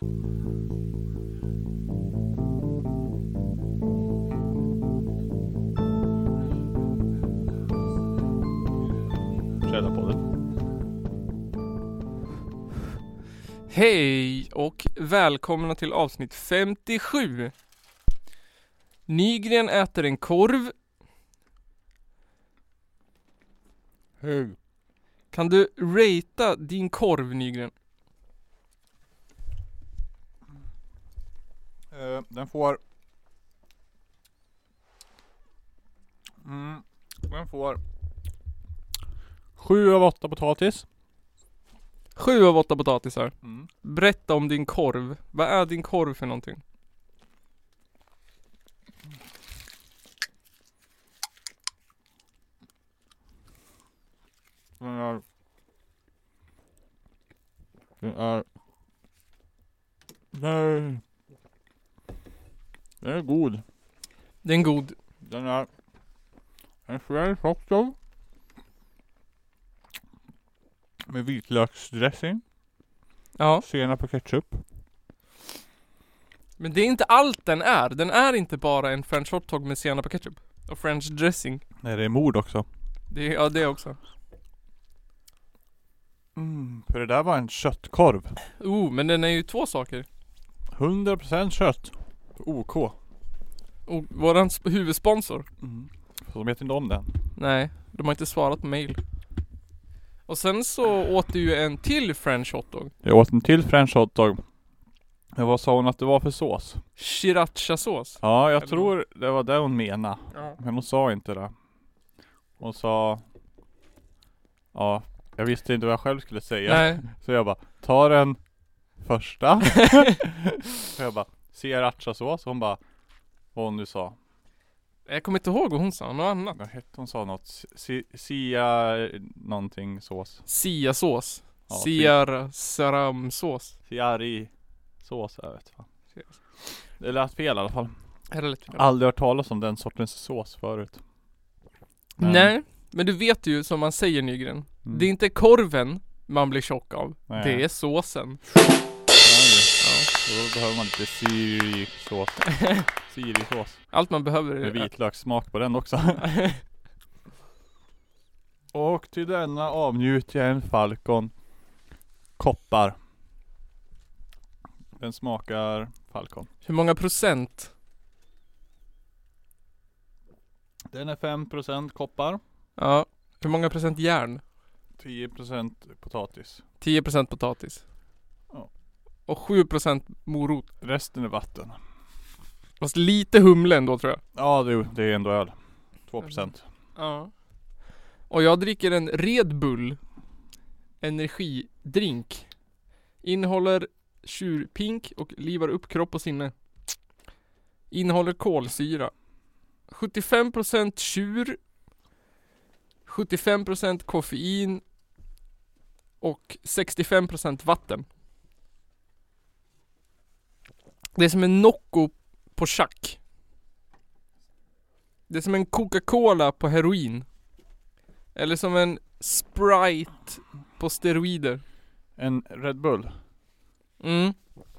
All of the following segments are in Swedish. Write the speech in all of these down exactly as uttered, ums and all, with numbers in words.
Hej och välkomna till avsnitt femtiosju. Nygren äter en korv. Hej. Kan du ratea din korv, Nygren? Uh, den får... Mm, den får... Sju av åtta potatis. Sju av åtta potatisar. Mm. Berätta om din korv. Vad är din korv för någonting? Den är... Den är... Nej. Den är god. Den är god. Den är... En french hotdog. Med vitlöksdressing. Ja. Senap och ketchup. Men det är inte allt den är. Den är inte bara en french hotdog med senap och ketchup. Och french dressing. Nej, det är mord också. Det är, ja, det också. Mm, för det där var en köttkorv. Oh, men den är ju två saker. hundra procent kött. OK. Och våran sp- huvudsponsor. Mm. Så de vet inte om den. Nej, de har inte svarat på mail. Och sen så åt du ju en till french hotdog. Jag åt en till french hotdog. Men vad sa hon att det var för sås? Sriracha-sås. Ja, jag Eller tror det var det hon menade. Ja. Men hon sa inte det. Hon sa... Ja, jag visste inte vad jag själv skulle säga. Nej. Så jag bara, ta den första. Så jag bara, sriracha-sås. Hon bara, vad hon nu sa. Jag kommer inte ihåg vad hon sa, något annat. Vad hette hon? Sa något. Si- Sia någonting sås. Sia-sås. Ja, Siar saram-sås. Siari sås, jag vet fan. Det lät fel i alla fall. Är det lätt? Aldrig hört talas om den sortens sås förut. Men- Nej, men du vet ju som man säger, Nygren. Mm. Det är inte korven man blir tjock av. Nej. Det är såsen. Ja, då behöver man lite siri-sås. Siri-sås. Allt man behöver Med är... vitlökssmak på den också. Och till denna avnjuter jag en Falcon koppar. Den smakar Falcon. Hur många procent? Den är fem procent koppar. Ja. Hur många procent järn? tio procent potatis. tio procent potatis. Ja. Och sju procent morot. Resten är vatten. Fast lite humle ändå, tror jag. Ja, det, det är ändå öl. två procent. Ja. Och jag dricker en Red Bull energidrink. Innehåller tjurpink och livar upp kropp och sinne. Innehåller kolsyra. sjuttiofem procent tjur. sjuttiofem procent koffein. Och sextiofem procent vatten. Det är som en Nocco på schack. Det är som en Coca-Cola på heroin. Eller som en Sprite på steroider. En Red Bull. Mm.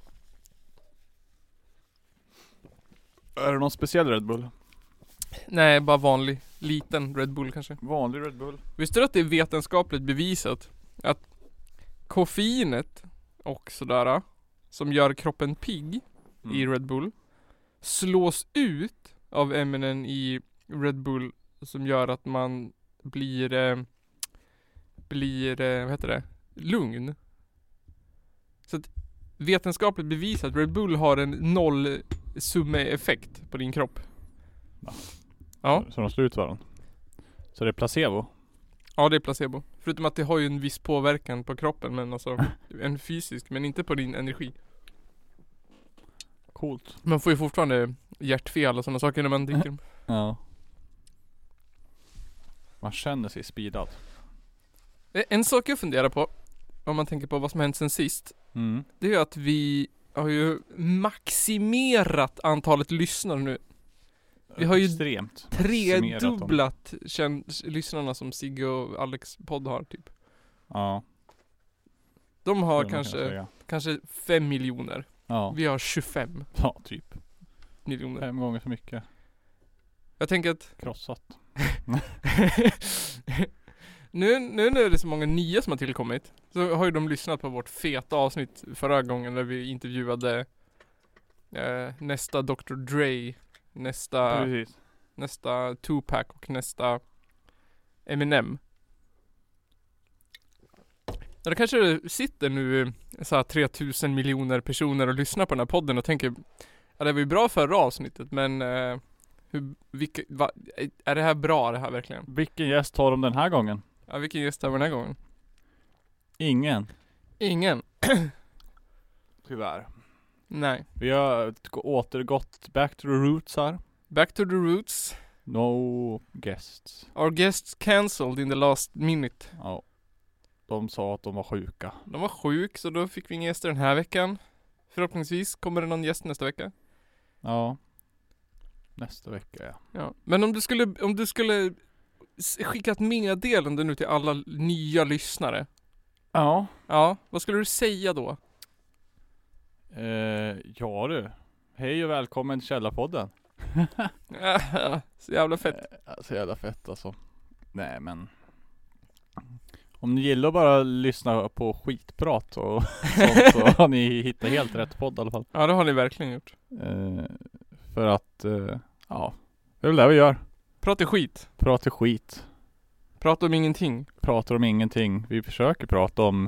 Är det någon speciell Red Bull? Nej, bara vanlig. Liten Red Bull kanske. Vanlig Red Bull. Visste du att det är vetenskapligt bevisat att koffeinet och sådär som gör kroppen pigg Mm. i Red Bull slås ut av ämnen i Red Bull som gör att man blir eh, blir, eh, vad heter det? Lugn. Så att vetenskapligt bevisat att Red Bull har en noll summeeffekt på din kropp. Ja. Ja. Så de slår ut varandra. Så det är placebo. Ja, det är placebo. Förutom att det har ju en viss påverkan på kroppen, men alltså en fysisk, men inte på din energi. Coolt. Man får ju fortfarande hjärtfel och sådana saker när man dricker dem. Ja. Man känner sig speedad. En sak jag funderar på, om man tänker på vad som hänt sen sist, Mm. det är ju att vi har ju maximerat antalet lyssnare nu. Vi har ju Extremt. tredubblat känn- lyssnarna som Sigge och Alex podd har typ. Ja. De har det kan jag kanske säga. kanske fem miljoner. Ja, Vi har tjugofem ja typ. miljoner. Fem gånger så mycket. Jag tänker att Krossat. nu, nu när det är så många nya som har tillkommit, så har ju de lyssnat på vårt feta avsnitt förra gången när vi intervjuade eh, nästa doktor Dre, nästa, Precis. nästa Tupac och nästa Eminem. Ja, då kanske det sitter nu så här tre tusen miljoner personer och lyssnar på den här podden och tänker, ja det var ju bra förra avsnittet, men eh, hur, vilka, va, är det här bra det här verkligen? Vilken gäst har de den här gången? Ja, vilken gäst har vi den här gången? Ingen. Ingen. Tyvärr. Nej. Vi har återgått back to the roots här. Back to the roots. No guests. Our guests cancelled in the last minute. Ja. De sa att de var sjuka. De var sjuk, så då fick vi inga gäster den här veckan. Förhoppningsvis kommer det någon gäst nästa vecka. Ja. Nästa vecka, ja. Ja. Men om du skulle, om du skulle skicka ett meddelande nu till alla nya lyssnare. Ja. Ja, vad skulle du säga då? Eh, ja du. Hej och välkommen till Källarpodden. Så jävla fett. Eh, så jävla fett alltså. Nej men. Om ni gillar att bara lyssna på skitprat och sånt, så har ni hittat helt rätt podd i alla fall. Ja, det har ni verkligen gjort. Eh, för att, eh, ja. Det är väl det vi gör. Prata skit. Pratar skit. Prata om ingenting. Pratar om ingenting. Vi försöker prata om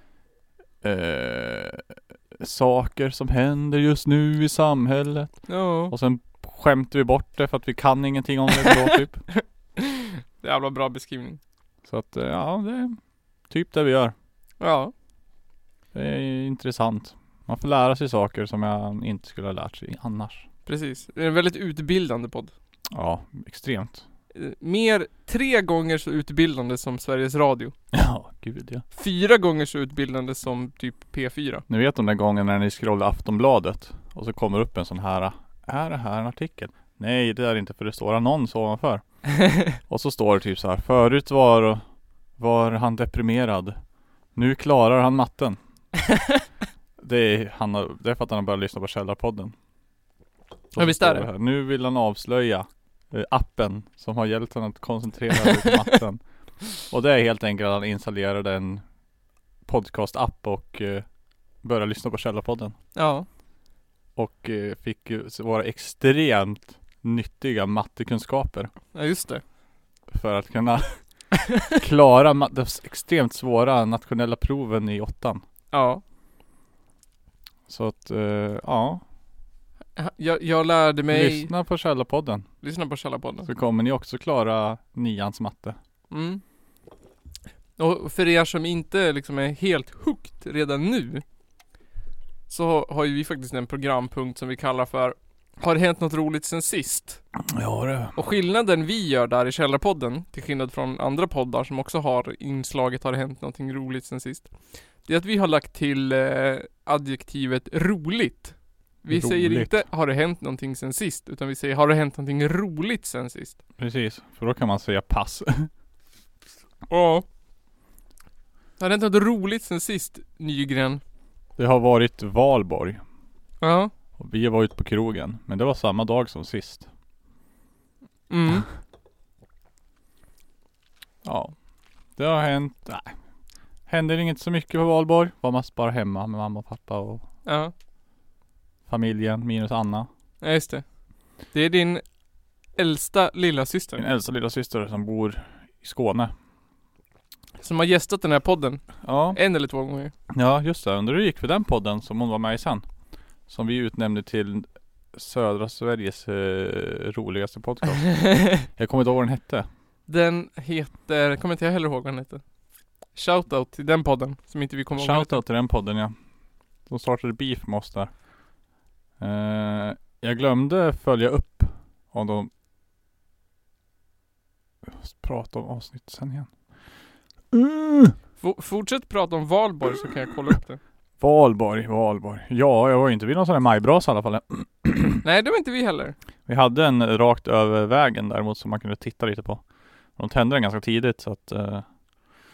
eh, saker som händer just nu i samhället. Ja. Och sen skämtar vi bort det för att vi kan ingenting om det då typ. Det är jävla bra beskrivning. Så att eh, ja, det är typ det vi gör. Ja. Det är intressant. Man får lära sig saker som jag inte skulle ha lärt sig annars. Precis. Det är en väldigt utbildande podd. Ja, extremt. Eh, Mer tre gånger så utbildande som Sveriges Radio. Ja, gud ja. Fyra gånger så utbildande som typ P fyra. Ni vet de där gångerna när ni scrollar Aftonbladet och så kommer upp en sån här, är det här en artikel? Nej, det är inte, för det står annons ovanför. Och så står det typ så här: förut var, var han deprimerad. Nu klarar han matten. det, är, han har, det är för att han har börjat lyssna på Källarpodden. Ja, visst är det. Här, nu vill han avslöja eh, appen som har hjälpt honom att koncentrera sig på matten. Och det är helt enkelt att han installerade en podcast-app och eh, började lyssna på Källarpodden. Ja. Och eh, fick ju vara extremt nyttiga mattekunskaper. Ja, just det. För att kunna klara ma- de extremt svåra nationella proven i åttan. Ja. Så att, eh, ja. Jag, jag lärde mig... Lyssna på Källarpodden. Lyssna på Källarpodden. Så kommer ni också klara nians matte. Mm. Och för er som inte liksom är helt hooked redan nu, så har ju vi faktiskt en programpunkt som vi kallar för Har det hänt något roligt sen sist? Ja det. Och skillnaden vi gör där i Källarpodden, till skillnad från andra poddar som också har inslaget Har det hänt någonting roligt sen sist, det är att vi har lagt till eh, adjektivet roligt. Vi Roligt. säger inte Har det hänt någonting sen sist, utan vi säger Har det hänt någonting roligt sen sist? Precis, för då kan man säga pass. Ja. Har det hänt något roligt sen sist, Nygren? Det har varit valborg. Ja. Och vi var ute på krogen. Men det var samma dag som sist. Mm. Ja. Det har hänt. Nej. Hände inget så mycket på valborg. Var mest bara hemma med mamma och pappa och Ja. familjen minus Anna. Ja, just det. Det är din äldsta lilla Min syster äldsta lilla syster som bor i Skåne. som har gästat den här podden Ja. en eller två gånger. Ja, just det. Undrar hur det gick för den podden som hon var med i sen. Som vi utnämnde till södra Sveriges eh, roligaste podcast. Jag kommer inte ihåg vad den hette. Den heter, kommer inte jag heller ihåg vad den heter. Shoutout till den podden som inte vi kommer ihåg. vad den Shoutout till den podden, ja. De startade beef med oss där. Eh, jag glömde följa upp om de prata om avsnitt sen igen. Mm. heter. F- fortsätt prata om Valborg så kan jag kolla upp det. Valborg, Valborg. Ja, jag var ju inte vid någon sån här majbras i alla fall. Nej, det var inte vi heller. Vi hade en rakt över vägen däremot som man kunde titta lite på. De tände den ganska tidigt så att eh,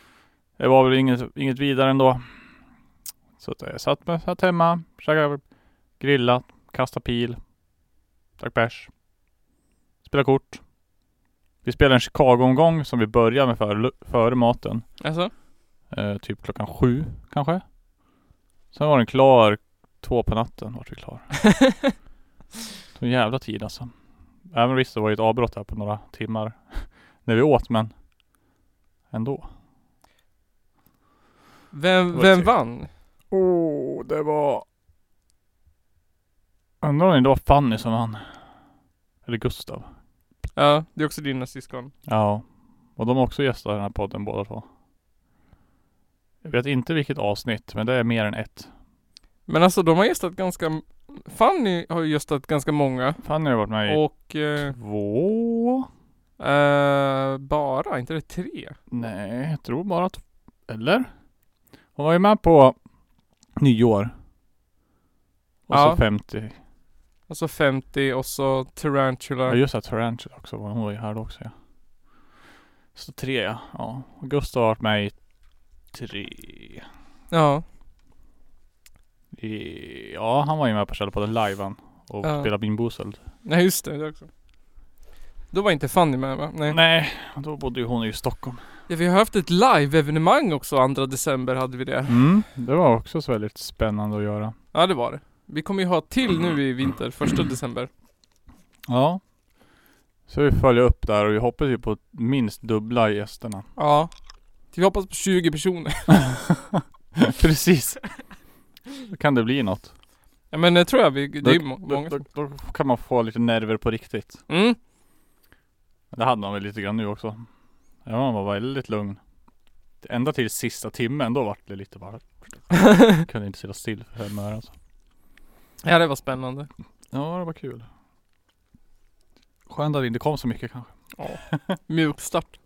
det var väl inget, inget vidare ändå. Så att jag satt, med, satt hemma, käkade grilla, kasta pil, drack bärs, spela kort. Vi spelade en Chicago-omgång som vi började med före, före maten. Alltså? Eh, typ klockan sju kanske. Sen var den klar två på natten var vi klar. Så en jävla tid alltså. Även visst det var ju ett avbrott här på några timmar när vi åt, men ändå. Vem, vem vann? Åh, oh, det var... Undrar om det var Fanny som vann. Eller Gustav. Ja, det är också dina syskon. Ja. Och de har också gästat den här podden båda två. Jag vet inte vilket avsnitt, men det är mer än ett. Men alltså de har gästat ganska... Fanny har ju gästat ganska många. Fanny har varit med i Och... Eh, två? Eh, bara, inte det tre? Nej, jag tror bara att... Eller? Hon var ju med på nyår. Och Ja. så femtio. Och så femtio och så Tarantula. Ja just det, Tarantula också. Hon var ju här då också, ja. Så tre, ja. ja. Och Gustav har varit med i tre. Ja. I, ja, han var ju med på Källa på den liven. Och Ja. spelade Bean Boozled. Nej just det, det också. Då var inte Fanny med va? Nej. Nej, då bodde ju hon i Stockholm. Ja, vi har haft ett live-evenemang också, andra december hade vi det. Mm, det var också så väldigt spännande att göra. Ja det var det. Vi kommer ju ha till nu i vinter, första december. Ja. Så vi följer upp där och vi hoppas ju på minst dubbla gästerna. Ja. Vi hoppas på tjugo personer. Precis. Då kan det bli något. Ja men det tror jag vi, det är Då, må- då, många. då, då kan man få lite nerver på riktigt. Mm. Det hade man väl lite grann nu också. Ja, man var väldigt lugn. Ända till sista timmen, då var det lite bara... kunde inte sitta still för fem öre alltså. Ja det var spännande. Ja, det var kul. Skönt att det inte kom så mycket kanske. Ja. Mjuk start.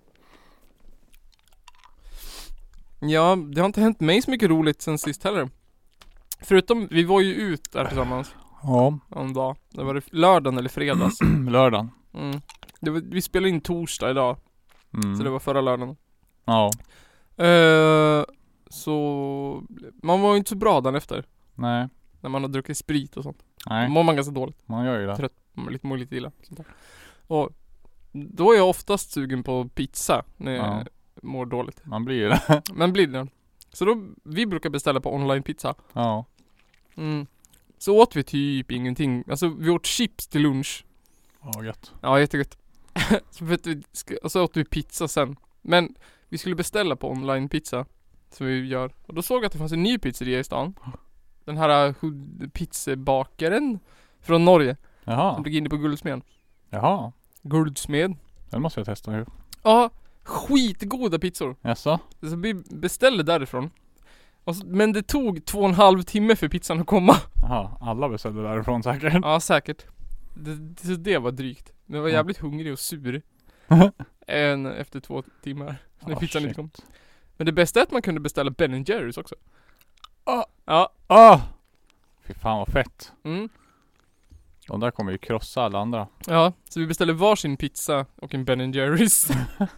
Ja, det har inte hänt mig så mycket roligt sen sist heller. Förutom, vi var ju ut där tillsammans Ja, en dag. Det var det lördagen eller fredags. lördagen. Mm. Det var, vi spelade in torsdag idag. Mm. Så det var förra lördagen. Ja, Uh, så man var ju inte så bra dagen efter. nej. När man har druckit sprit och sånt. Då Nej, mår man ganska dåligt. man gör ju det. Trött. Man mår lite, mår lite illa. Sånt där. Och då är jag oftast sugen på pizza när jag Ja. mår dåligt. Man blir ju det. Men blir det. Så då, vi brukar beställa på online pizza. Ja. Mm. Så åt vi typ ingenting. Alltså vi åt chips till lunch. Ja, gött. Ja, jättegott. Så vet vi, ska- och så åt vi pizza sen. Men vi skulle beställa på online pizza. Som vi gör. Och då såg jag att det fanns en ny pizzeria i stan. Den här uh, pizzabakaren från Norge. Som Jaha. ligger inne på Guldsmeden. Jaha. Guldsmed. Den måste jag testa nu. Ja, skitgoda pizzor. Jaså? Så vi beställde därifrån. Och så, men det tog två och en halv timme för pizzan att komma. Jaha, alla beställde därifrån säkert. Ja, säkert. Det, det, det var drygt. Men jag var Ja. jävligt hungrig och sur. En efter två timmar. När Ah, pizzan shit. inte kom. Men det bästa är att man kunde beställa Ben and Jerry's också. Ah. Ja. Ah! Fy fan vad fett. Mm. De där kommer ju krossa alla andra. Ja, så vi beställde varsin pizza och en Ben and Jerry's.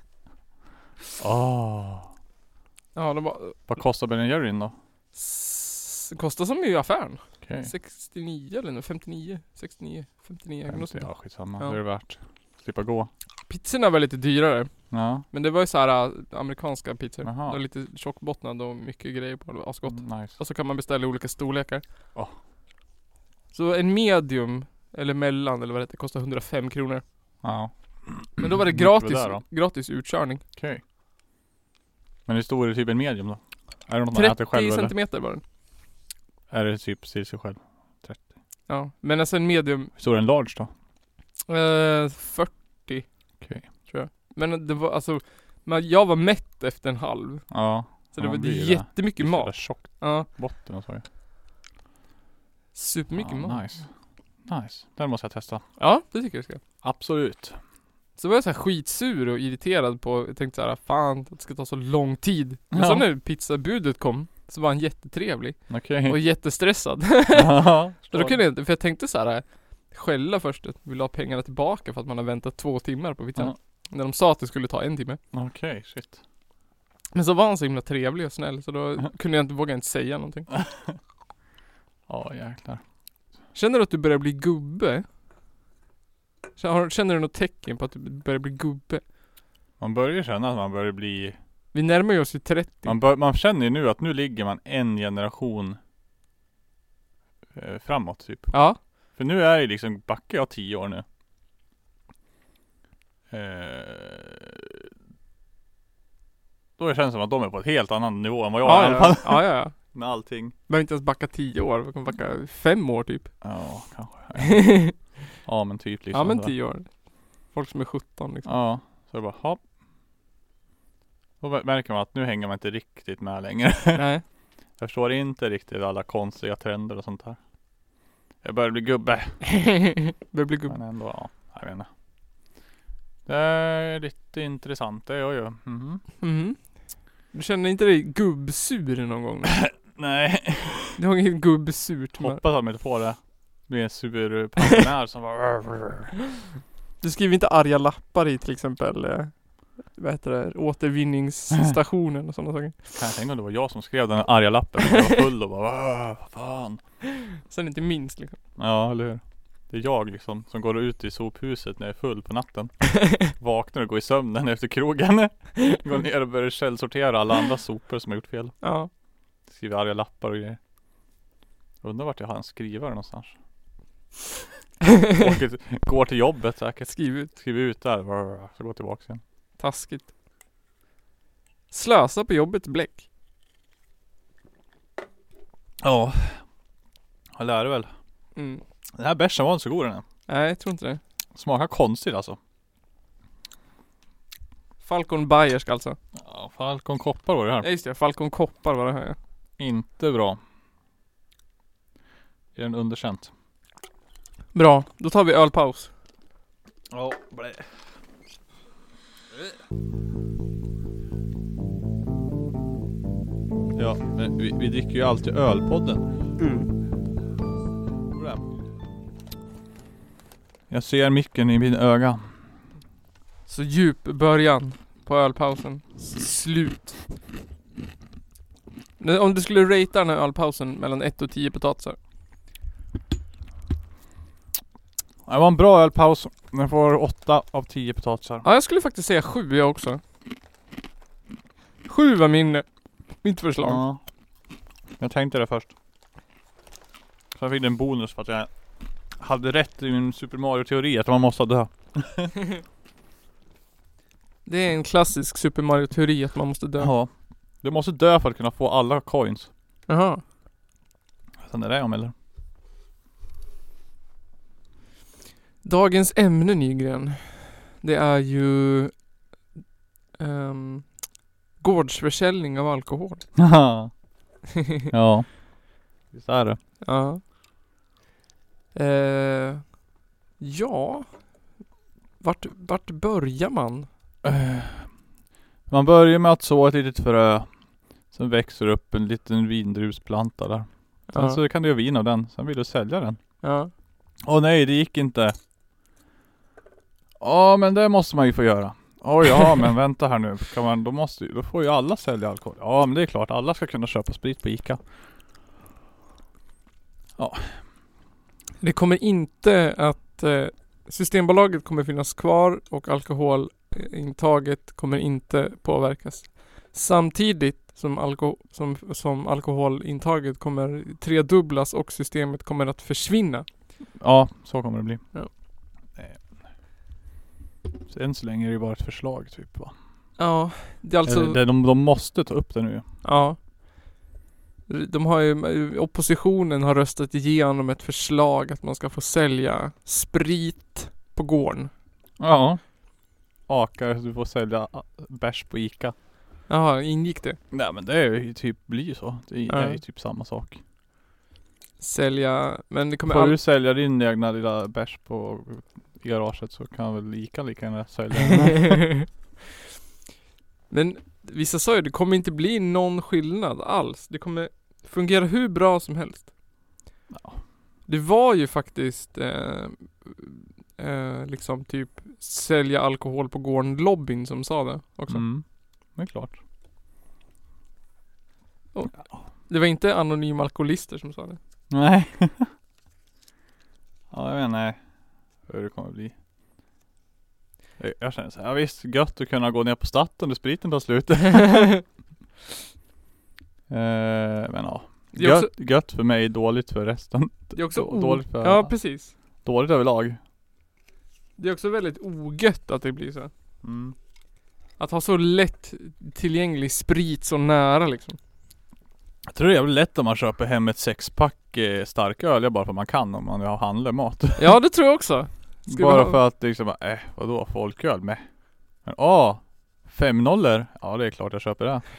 Åh. Ja, de var... Vad kostar Ben and Jerry då? S- kostar som i affären. Okej. sextionio eller nåt, femtionio, sextionio, femtionio. Okay. femtio, Ja, skitsamma. Ja. Det är det värt. Slippa gå. Pizzorna var lite dyrare. Ja. Men det var ju så här äh, amerikanska pizzor. Jaha. Det var lite tjockbottnad och mycket grejer på. Det var asgott. Mm, nice. Och så kan man beställa i olika storlekar. Åh. Så en medium, eller mellan, eller vad det heter, kostar hundrafem kronor. Ja. Men då var det Mycket gratis, där då. gratis utkörning. Okej. Men hur stor är typ en medium då? Är det något man äter själv trettio eller? centimeter var den. Är det typ till sig själv? trettio. Ja, men alltså en medium, Hur stor är en large då? eh, fyrtio Okej. tror jag. Men det var alltså, men jag var mätt efter en halv. Ja. Så det Ja, var blir det. jättemycket Just det där mat. tjockt Ja, botten och så ju. supermycket Ja, mat. nice. Nice. Den måste jag testa. Ja, det tycker jag ska. Absolut. Så var jag så här skitsur och irriterad på, jag tänkte så här, fan det ska ta så lång tid. Men Ja. så när pizzabudet kom så var han jättetrevlig Okej. och jättestressad. Ja, Så då kunde jag inte, för jag tänkte så här skälla först att vill ha pengarna tillbaka för att man har väntat två timmar på pizzan. Ja. När de sa att det skulle ta en timme. Okej, shit. Men så var han så himla trevlig och snäll så då kunde jag inte, våga inte säga någonting. Ja, jäklar. Känner du att du börjar bli gubbe? Känner du något tecken på att du börjar bli gubbe? Man börjar känna att man börjar bli... Vi närmar oss ju trettio. Man, bör, man känner ju nu att nu ligger man en generation eh, framåt typ. Ja. För nu är det liksom, backar jag tio år nu. Eh, då känns det som att de är på ett helt annan nivå än vad jag Ja, är i alla ja. fall. Ja, ja, ja. Med allting. Behöver inte ens backa tio år. Vi kan backa fem år typ. Ja, kanske. Ja, men typ liksom. Ja, men så. tio år. Folk som är sjutton liksom. Ja, så det bara, hopp. Då märker man att nu hänger man inte riktigt med längre. Nej. Jag förstår inte riktigt alla konstiga trender och sånt här. Jag börjar bli gubbe. Börjar bli gubbe. Men ändå, ja, jag vet inte. Det är lite intressant, det är ju. Mhm. Mhm. Du känner inte dig gubbsur någon gång? Nej. Du har ingen gubbsurt. Hoppas att man inte får det. Blir en sur pensionär som bara... Du skriver inte arga lappar i till exempel eh, vad heter det, återvinningsstationen och sådana saker. Kan jag tänka om det var jag som skrev den arga lappen. Jag var full och bara, vad fan. Sen inte minst liksom. Ja, eller hur? Det är jag liksom som går ut i sophuset när jag är full på natten. Vaknar och går i sömnen efter krogen. Går ner och börjar källsortera alla andra sopor som har gjort fel. Ja. Skriver arga lappar och grejer. Undrar vart jag har en skrivare någonstans. Åker, går till jobbet säkert. Skriv ut. Skriver ut där. Så går tillbaka sen. Taskigt. Slösa på jobbet bläck. Ja. Jag lär det väl. Mm. Den här bärsen var inte så god den här. Nej, jag tror inte det. Smakar konstigt alltså. Falcon Bayersk alltså. Ja, Falcon koppar var det här. Ja just det, Falcon koppar var det här. Inte bra. Är den underkänt? Bra, då tar vi ölpaus. Ja, blä. Ja, men vi, vi dricker ju alltid ölpodden. Mm. Jag ser micken i min öga. Så djup början på ölpausen. Slut. Nu, om du skulle ratea den här ölpausen mellan ett och tio potatisar. Det var en bra ölpaus. Den får åtta av tio potatisar. Ja, jag skulle faktiskt säga sju jag också. Sju var min, mitt förslag. Ja. Jag tänkte det först. Så jag fick en bonus för att jag hade rätt i min Super Mario-teori att man måste dö. Det är en klassisk Super Mario-teori att man måste dö. Ja. Du måste dö för att kunna få alla coins. Jaha. Sen är det om eller? Dagens ämne, Nygren. Det är ju um, gårdsförsäljning av alkohol. Ja. Visst är det. Ja. Uh, ja. Vart, vart börjar man? Uh, man börjar med att så ett litet frö. Sen växer upp en liten vindruvsplanta där. Sen Ja. så kan du göra vin av den. Sen vill du sälja den. Ja. Åh nej, det gick inte. Ja, men det måste man ju få göra. Åh ja, men vänta här nu. Kan man, då, måste, då får ju alla sälja alkohol. Ja, men det är klart. Alla ska kunna köpa sprit på Ica. Ja. Det kommer inte att eh, Systembolaget kommer finnas kvar och alkoholintaget kommer inte påverkas. Samtidigt som, alko- som, som alkoholintaget kommer tredubblas och systemet kommer att försvinna. Ja, så kommer det bli. Ja. Så än så länge är det bara ett förslag typ va? Ja, det är alltså... Eller, de, de måste ta upp det nu. Ja. De har ju, oppositionen har röstat igenom ett förslag att man ska få sälja sprit på gården. Ja. Akar, du får sälja bärs på Ica. Jaha, ingick det? Nej men det är ju typ, blir ju så. Det är, Ja. det är ju typ samma sak. Sälja, men det kommer Får all... du sälja din egna lilla bärs på i garaget så kan väl Ica lika gärna sälja. Men vissa sa ju det kommer inte bli någon skillnad alls. Det kommer fungera hur bra som helst. Ja. Det var ju faktiskt eh, eh, liksom typ sälja alkohol på gården lobbyn som sa det också. Mm. Det är klart. Och det var inte anonyma alkoholister som sa det. Nej. vet nej hur det kommer bli. Jag, jag känner så här, ja visst, gött att kunna gå ner på staden när spriten tar slut. eh, men ja. Det är Gött, också, gött för mig, dåligt för resten. det är också Då- o- dåligt för Ja, precis. dåligt överlag. Det är också väldigt ogött att det blir så. Mm. Att ha så lätt tillgänglig sprit så nära liksom. Jag tror det är jävligt lätt om man köper hem ett sexpack eh, stark öl bara för man kan om man har handlar mat. Ja, det tror jag också. Ska bara vi ha- för att liksom, eh vadå, folköl med. Men åh, fem nollor. Ja det är klart jag köper det.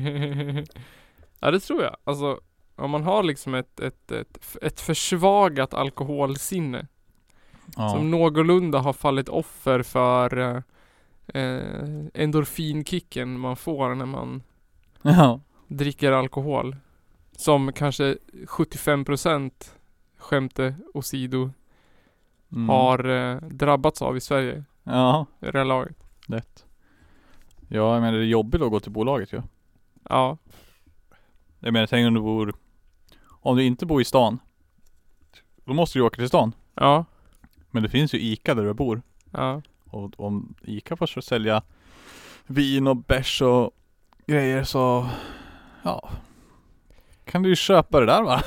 Ja, det tror jag. Alltså, om man har liksom ett, ett, ett, ett försvagat alkoholsinne Ja. som någorlunda har fallit offer för eh, eh, endorfinkicken man får när man Ja. dricker alkohol. Som kanske sjuttiofem procent skämte åsido Mm. har eh, drabbats av i Sverige. Ja, I det här laget. lätt. Ja, jag menar det är jobbigt att gå till bolaget ju. Ja. Ja. Jag menar, tänk om du bor, om du inte bor i stan, då måste du åka till stan. Ja. Men det finns ju Ica där du bor. Ja. Och om Ica får sälja vin och bärs och grejer så, ja, kan du ju köpa det där va?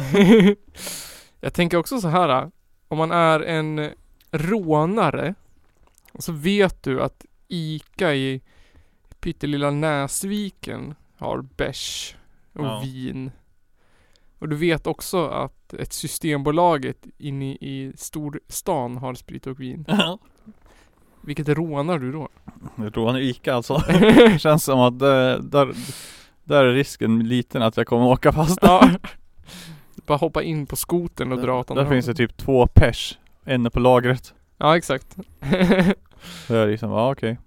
Jag tänker också så här. Om man är en rånare och så vet du att Ica i pyttelilla Näsviken har bärs och Ja. vin. Och du vet också att ett Systembolaget inne i storstan har sprit och vin. Vilket rånar du då? Jag tror han är Ica alltså. Känns som att eh, där, där är risken liten att jag kommer åka fast. Ja. Bara hoppa in på skoten och dra åt Där finns det typ två pers. En på lagret. Ja, exakt. Så är det liksom, ja okej.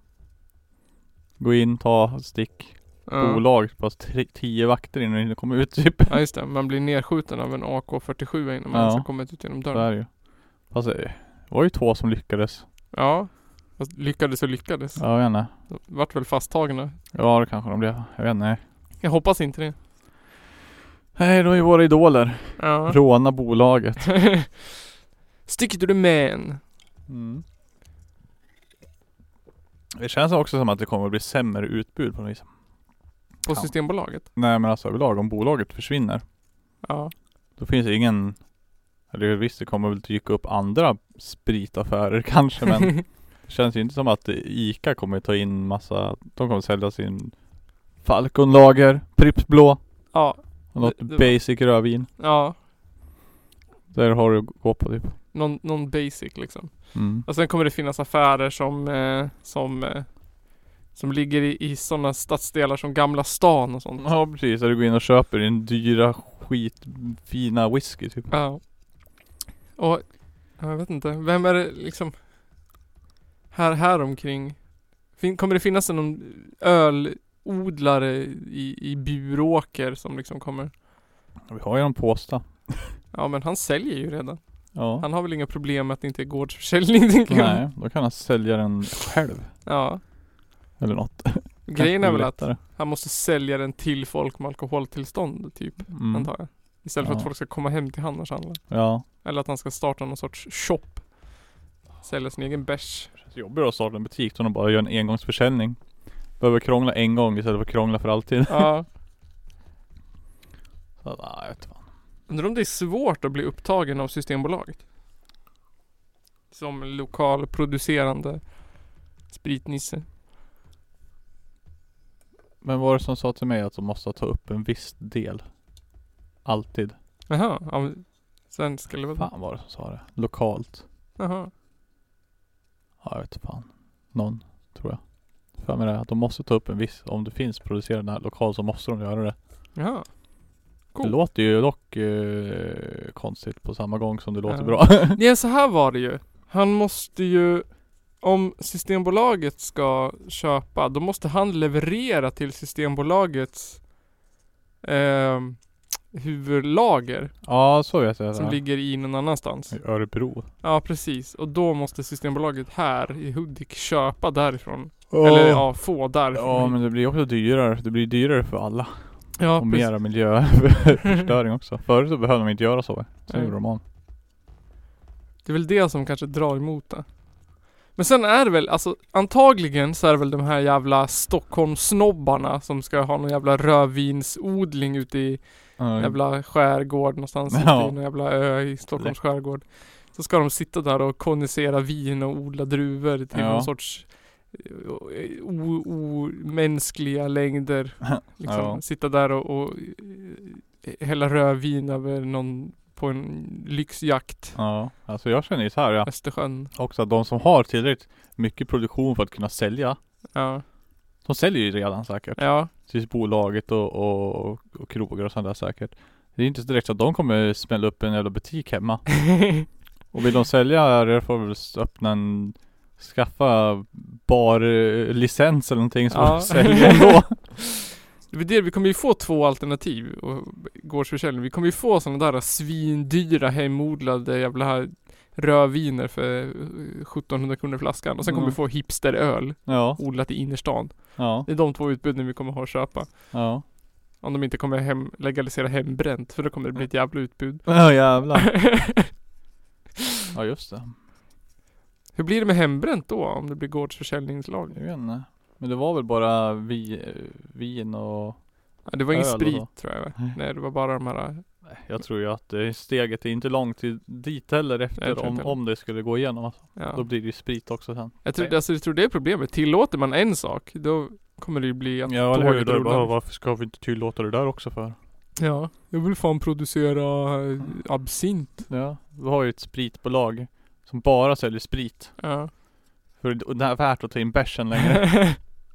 Gå in, ta stick. Ja. Bolag på t- tio vakter innan det kommer ut typ. Ja, just det. Man blir nedskjuten av en A K fyrtiosju innan man Ja. ens har kommit ut genom Så dörren. är det ju. Fast det var ju två som lyckades. Ja. Fast lyckades och lyckades. Ja, jag vet inte. De vart väl fasttagna. Ja, det kanske de blev. Jag vet inte. Jag hoppas inte det. Nej, de är våra idoler. Ja. Råna bolaget. Stick to the man. Mm. Det känns också som att det kommer att bli sämre utbud på något vis. På Ja. Systembolaget. Nej, men alltså överlag, om bolaget försvinner, Ja. då finns det ingen, eller visst det kommer väl dyka upp andra spritaffärer kanske, men det känns ju inte som att Ica kommer ta in massa, de kommer sälja sin Falconlager, Pripps Blå Ja. och något Det- det var- basic rödvin. Ja. Där har du att gå på typ. Någon, någon basic liksom. Mm. Och sen kommer det finnas affärer som eh, som eh, som ligger i, i sådana stadsdelar som Gamla stan och sånt. Ja precis, där du går in och köper din dyra skitfina whisky typ. Ja. Och jag vet inte, vem är det liksom här, här omkring? Fin, kommer det finnas någon ölodlare i, i Buråker som liksom kommer? Vi har ju en påsta. Ja, men han säljer ju redan. Ja. Han har väl inga problem med att det inte är gårdsförsäljning, tänker jag. Nej, då kan han sälja den själv. Ja. Eller något. Grejen är väl att lättare. han måste sälja den till folk med alkoholtillstånd typ, Mm. antar jag. Istället för Ja. att folk ska komma hem till han och handla. Ja. Eller att han ska starta någon sorts shop. Sälja sin egen bärs. Det känns jobbigt att starta en butik som de bara gör en engångsförsäljning. Behöver krångla en gång istället för att krångla för alltid. Ja. Så, nej, jag vet fan. Undrar om det är svårt att bli upptagen av Systembolaget. Som lokalproducerande spritnisse. Men vad var det som sa till mig att de måste ta upp en viss del? Alltid. Jaha, ja, men sen skulle väl... Fan var det som sa det? Lokalt. Jaha. Ja, jag vet fan. Någon, tror jag. För mig det, att de måste ta upp en viss, om det finns producerande lokal så måste de göra det. Jaha. Cool. Det låter ju dock eh, konstigt på samma gång som det låter Ja. bra. Ja, så här var det ju. Han måste ju, om Systembolaget ska köpa, då måste han leverera till Systembolagets eh, huvudlager Ja, så vet jag. som Ja. ligger i någon annanstans. I Örebro. Ja, precis. Och då måste Systembolaget här i Hudik köpa därifrån. Oh. Eller ja, få därifrån. Ja, men det blir också dyrare. Det blir dyrare för alla. ja, Och precis. mera miljöförstöring också. Förut så behövde de inte göra så. Sen Nej. gjorde de om. Det är väl det som kanske drar emot det. Men sen är det väl, alltså antagligen så är det väl de här jävla Stockholmssnobbarna som ska ha någon jävla rödvinsodling ute i Mm. jävla skärgård någonstans, Ja. ute i någon jävla ö i Stockholms skärgård. Så ska de sitta där och kondensera vin och odla druvor till Ja. någon sorts eh, o- omänskliga längder. Liksom, Ja. sitta där och, och eh, hälla rödvin över någon på en lyxjakt. Ja, alltså jag känner ju så här, ja. Östersjön. Också att de som har tillräckligt mycket produktion för att kunna sälja, Ja. de säljer ju redan säkert. Ja. Till bolaget och, och, och krogar och sånt där säkert. Det är inte så direkt så att de kommer smälla upp en jävla butik hemma. Och vill de sälja det får väl öppna en, skaffa bar eh, licens eller någonting som Ja. de säljer ändå. Det är det, vi kommer ju få två alternativ och gårdsförsäljning. Vi kommer ju få sådana där svindyra hemodlade jävla rödviner för sjuttonhundra kronor flaskan. Och sen kommer Mm. vi få hipsteröl Ja, odlat i innerstan. ja, Det är de två utbuden vi kommer ha att köpa. ja. Om de inte kommer hem, legalisera hembränt, för då kommer det bli ett jävla utbud. Ja jävlar. Ja just det. Hur blir det med hembränt då om det blir gårdsförsäljningslag? Jag vet inte. Men det var väl bara vi, vin och... Ja, det var ingen Öl och sprit så. tror jag. Nej. Nej, det var bara de här. Jag tror ju att det steget är inte långt till, dit heller Nej, jag efter tror om, inte. om det skulle gå igenom alltså. Ja. Då blir det ju sprit också sen. Jag tror, alltså, jag tror det är problemet. Tillåter man en sak, då kommer det ju bli att Ja eller hur, tåget då, rullar. bara, varför ska vi inte tillåta det där också för? Ja, jag vill fan producera eh, absint. Ja, vi har ju ett spritbolag som bara säljer sprit. Ja. För och det är värt att ta in bärsen längre.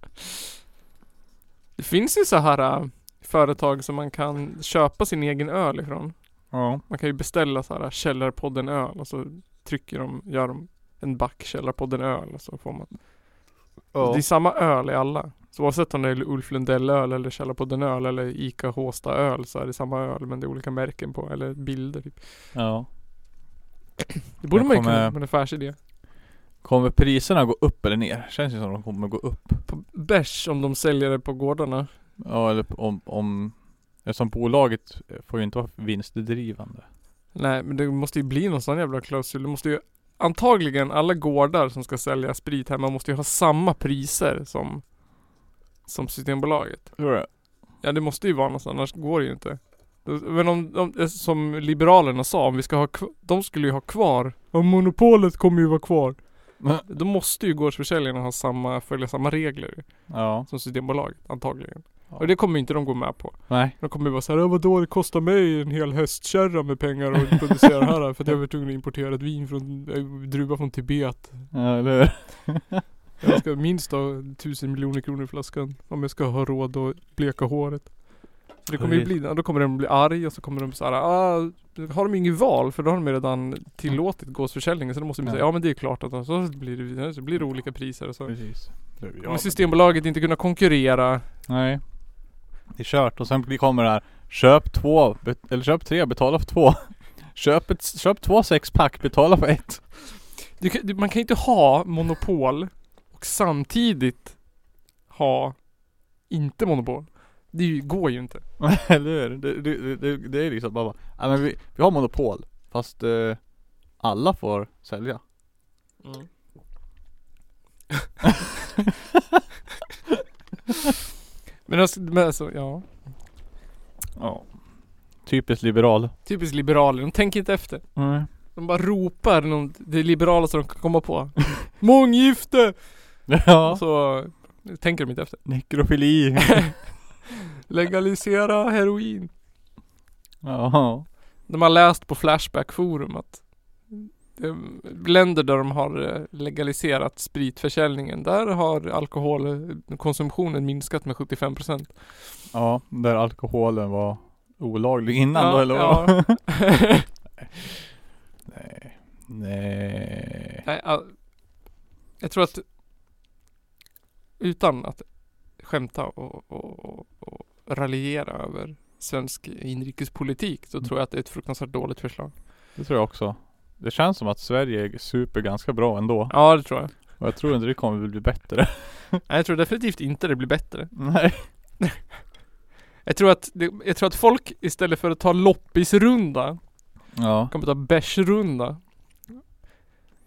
Det finns ju så här äh, företag som man kan köpa sin egen öl ifrån. Ja. Man kan ju beställa så här Källarpodden öl och så trycker de, gör de en back Källarpodden öl och så får man. Ja. Det är samma öl i alla. Så oavsett om det är Ulf Lundell öl eller Källarpodden öl eller Ica Håsta öl så är det samma öl men det är olika märken på eller bilder typ. Ja. Det borde Jag man ju kommer- kunna med en affärsidé. Kommer priserna gå upp eller ner? Känns ju som de kommer gå upp. På bärs om de säljer det på gårdarna. Ja eller om, om eftersom bolaget får ju inte vara vinstdrivande. Nej, men det måste ju bli någon sån jävla klausul. Det måste ju antagligen alla gårdar som ska sälja sprit hemma måste ju ha samma priser som som Systembolaget. Tror du? Ja, det måste ju vara något, annars går det ju inte. Men om, om som Liberalerna sa, om vi ska ha kv- de skulle ju ha kvar, om monopolet kommer ju vara kvar. Då måste ju gårdsförsäljarna ha samma, följa samma regler Ja. som Systembolaget, antagligen. Ja. Och det kommer inte de gå med på. Nej. De kommer ju vara såhär, "Ja, vadå, det kostar mig en hel hästkärra med pengar att producera här för att jag var tvungen att importera ett vin från, äh, druva från Tibet. Ja eller hur? Jag ska minst ha tusen miljoner kronor i flaskan om jag ska ha råd att bleka håret. Det kommer ju bli, då kommer de bli arg och så kommer de såhär, ah, har de inget val för då har de redan tillåtit gårdsförsäljningen så då måste de säga, Ja. ja men det är klart att så blir det, så blir det olika priser och så. Precis. Kommer Systembolaget inte kunna konkurrera. Nej. Det är kört och sen kommer det här. Köp två, bet- eller köp tre, betala för två. Köp, ett, köp två sexpack, betala för ett. Du kan, du, man kan inte ha monopol och samtidigt ha inte monopol. Det är ju, går ju inte. Eller hur? Det, det, det, det är liksom bara, ja, men vi, vi har monopol. Fast eh, alla får sälja. Mm. men, alltså, men alltså, ja. Ja. Typiskt liberal. Typiskt liberaler, de tänker inte efter. Nej. De bara ropar någon, det liberala som de kan komma på. Månggifte! Ja. Och så tänker de inte efter. Nekrofili. Legalisera heroin. Ja. De har läst på Flashback-forum att eh, länder där de har eh, legaliserat spritförsäljningen, där har alkoholkonsumtionen minskat med sjuttiofem procent. Ja, där alkoholen var olaglig innan Ja, då eller ja. vad? Nej. Nej. Nej, all, jag tror att utan att skämta och, och, och, och raljera över svensk inrikespolitik så Mm. tror jag att det är ett fruktansvärt dåligt förslag. Det tror jag också. Det känns som att Sverige super ganska bra ändå. Ja, det tror jag. Och jag tror inte det kommer bli bättre. Nej, jag tror definitivt inte det blir bättre. Nej. Jag tror att, det, jag tror att folk istället för att ta loppisrunda Ja. kommer ta bärsrunda.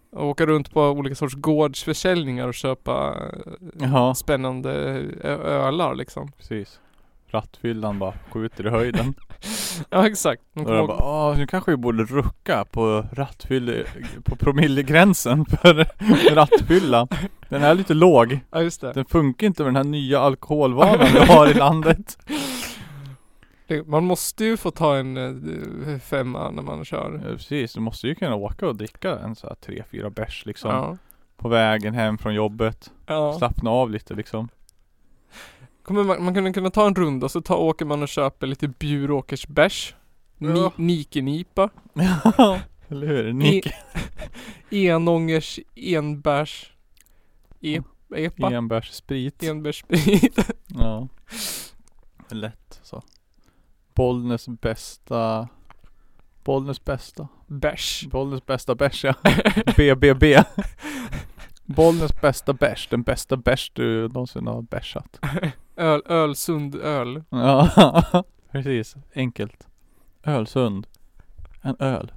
Och åka runt på olika sorts gårdsförsäljningar och köpa Jaha. spännande ö- ölar liksom. Precis. Rattfyllan bara skjuter i höjden. Ja, exakt. De Och kommer jag ihåg- bara, åh, nu kanske vi borde rucka på rattfyll på promillegränsen för rattfylla. Den är lite låg. Ja, just det. Den funkar inte med den här nya alkoholvanan vi har i landet. Det- Man måste ju få ta en eh, femma när man kör. Ja, precis, du måste ju kunna åka och dricka en så här tre, fyra bärs liksom. Ja. På vägen hem från jobbet. Ja. Slappna av lite liksom. Kommer man, man kunde kunna ta en runda så ta, åker man och köper lite Bjuråkersbärs. Ni, Ja. Nikenipa. Eller hur? Nick. Enångers enbärs. E, epa. Enbärs sprit. Enbärssprit. Ja. Lätt så. Bollnäs bästa. Bollnäs bästa. Bärs. Bollnäs bästa bärs, ja. B B B. Bollnäs bästa bärs. Den bästa bärs du någonsin har bärsat. Öl, ölsund öl. Ja, precis. Enkelt. Ölsund. En öl.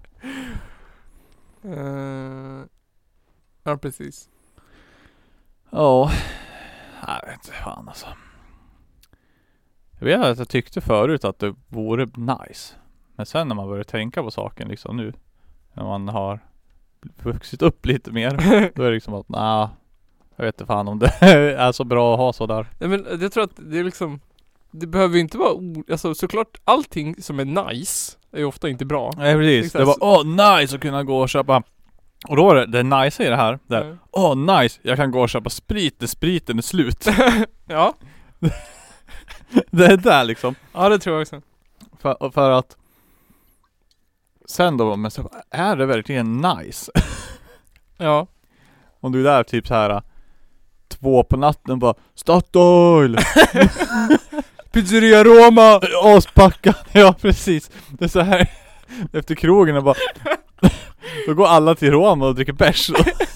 Uh, ja, precis. Ja. Jag vet inte fan alltså. Jag vet att jag tyckte förut att det vore nice. Men sen när man börjar tänka på saken liksom nu. När man har vuxit upp lite mer. Då är det liksom att nej. Jag vet inte fan om det är så bra att ha så där. Nej, men jag tror att det är liksom. Det behöver ju inte vara o- alltså såklart allting som är nice är ju ofta inte bra. Nej precis. Exakt. Det var åh nice att kunna gå och köpa. Och då är det, det nice i det här. Där. Ja. Åh nice, jag kan gå och köpa sprit när spriten är slut. Ja. Det är där liksom. Ja, det tror jag också. För, för att sen då, men så är det verkligen nice. Ja. Om du är där typ så här två på natten bara Statoil! Pizzeria Roma! Aspackad! Ja precis. Det är så här efter krogen och bara då går alla till Roma och dricker bärs.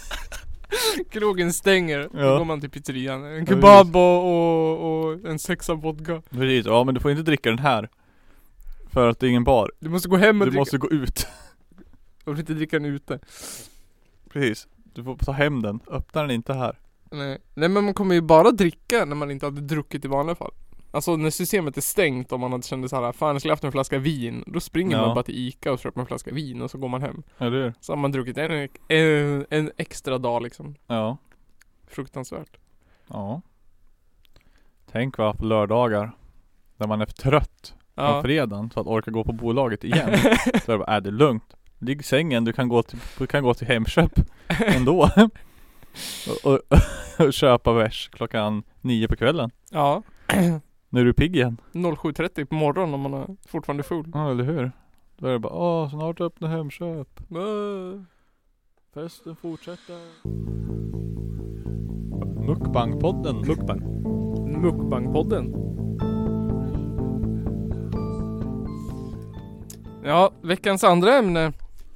Krogen stänger. Ja. Då går man till pizzerian. En kebab och, och, och en sexa vodka. Precis, ja men du får inte dricka den här. För att det är ingen bar. Du måste gå hem och Du dricka. måste gå ut. Du får inte dricka den ute. Precis. Du får ta hem den. Öppna den inte här. Nej. Nej, men man kommer ju bara dricka när man inte hade druckit i vanliga fall. Alltså när systemet är stängt och man hade kände såhär, fan jag skulle haft en flaska vin. Då springer Ja. man bara till Ica och köper en flaska vin och så går man hem. Eller hur? Så har man druckit en, en, en extra dag liksom. Ja. Fruktansvärt. Ja. Tänk va på lördagar. När man är trött på Ja. fredagen så att orka gå på bolaget igen. Så är det bara, är det lugnt. Ligg i sängen, du kan gå till, du kan gå till Hemköp ändå. och, och, och köpa bärs klockan nio på kvällen. Ja. När du är pigg igen. sju trettio på morgonen om man är fortfarande full. Ja, eller hur? Då är det bara, åh, snart öppnar Hemköp. Äh. Festen fortsätter. Mukbang-podden. Mukbang. Mukbang-podden. Ja, veckans andra ämne.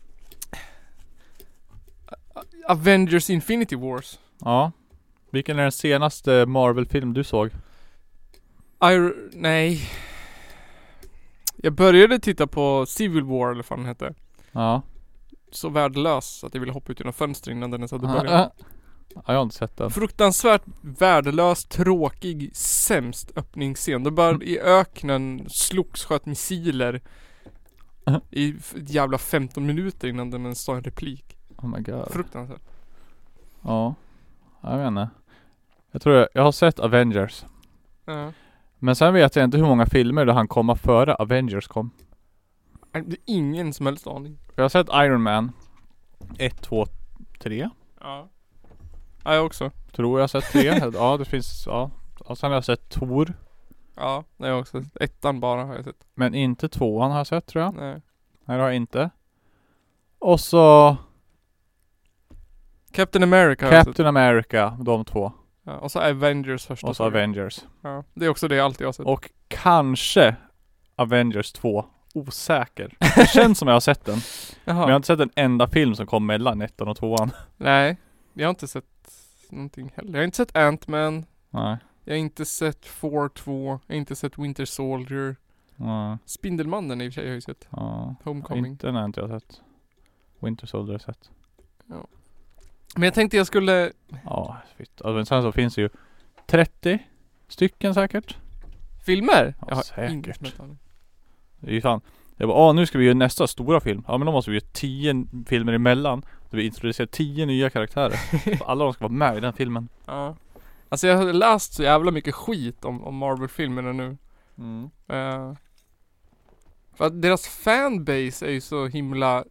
Avengers Infinity Wars. Ja. Vilken är den senaste Marvel-film du såg? Iron... Nej. Jag började titta på Civil War eller vad fan den hette. Ja. Så värdelös att jag ville hoppa ut genom fönstret innan den ens hade Ja, börjat. jag har inte sett den. Fruktansvärt värdelös, tråkig, sämst öppningsscen. De bara i öknen slogs, sköt missiler i f- jävla femton minuter innan den ens sa en replik. Oh my god. Fruktansvärt. Ja. Jag vet inte. Jag tror jag, jag har sett Avengers. Ja. Men sen vet jag inte hur många filmer det han komma före Avengers kom. Det är ingen som helst aning. Jag har sett Iron Man ett, två, tre. Ja. Ja, jag också. Tror jag har sett tre. Ja, det finns, ja. Och sen har jag sett Thor. Ja, det har jag också. Ettan bara har jag sett. Men inte tvåan har jag sett tror jag. Nej. Nej, det har jag inte. Och så Captain America har jag sett. Captain America, de två. Ja, och så Avengers första. Och så Avengers. Ja, det är också det alltid jag har sett. Och kanske Avengers två. Osäker. Det känns som jag har sett den. Jaha. Men jag har inte sett en enda film som kom mellan ettan och tvåan. Nej, jag har inte sett någonting heller. Jag har inte sett Ant-Man. Nej. Jag har inte sett Thor två. Jag har inte sett Winter Soldier. Nej. Spindelmannen i och för sig har jag ju sett. Ja. Homecoming. Inte den har inte jag sett. Winter Soldier har jag sett. Men jag tänkte jag skulle... Ja, fitt. Och sen så finns det ju trettio stycken säkert. Filmer? Ja, jag har säkert. inte smält av det. Det är ju fan. Jag bara, ah, nu ska vi göra nästa stora film. Ja, men då måste vi göra tio filmer emellan. Då vi introducerar tio nya karaktärer. Alla de ska vara med i den filmen. Ja. Alltså jag har läst så jävla mycket skit om, om Marvel-filmerna nu. Mm. Uh, för att deras fanbase är ju så himla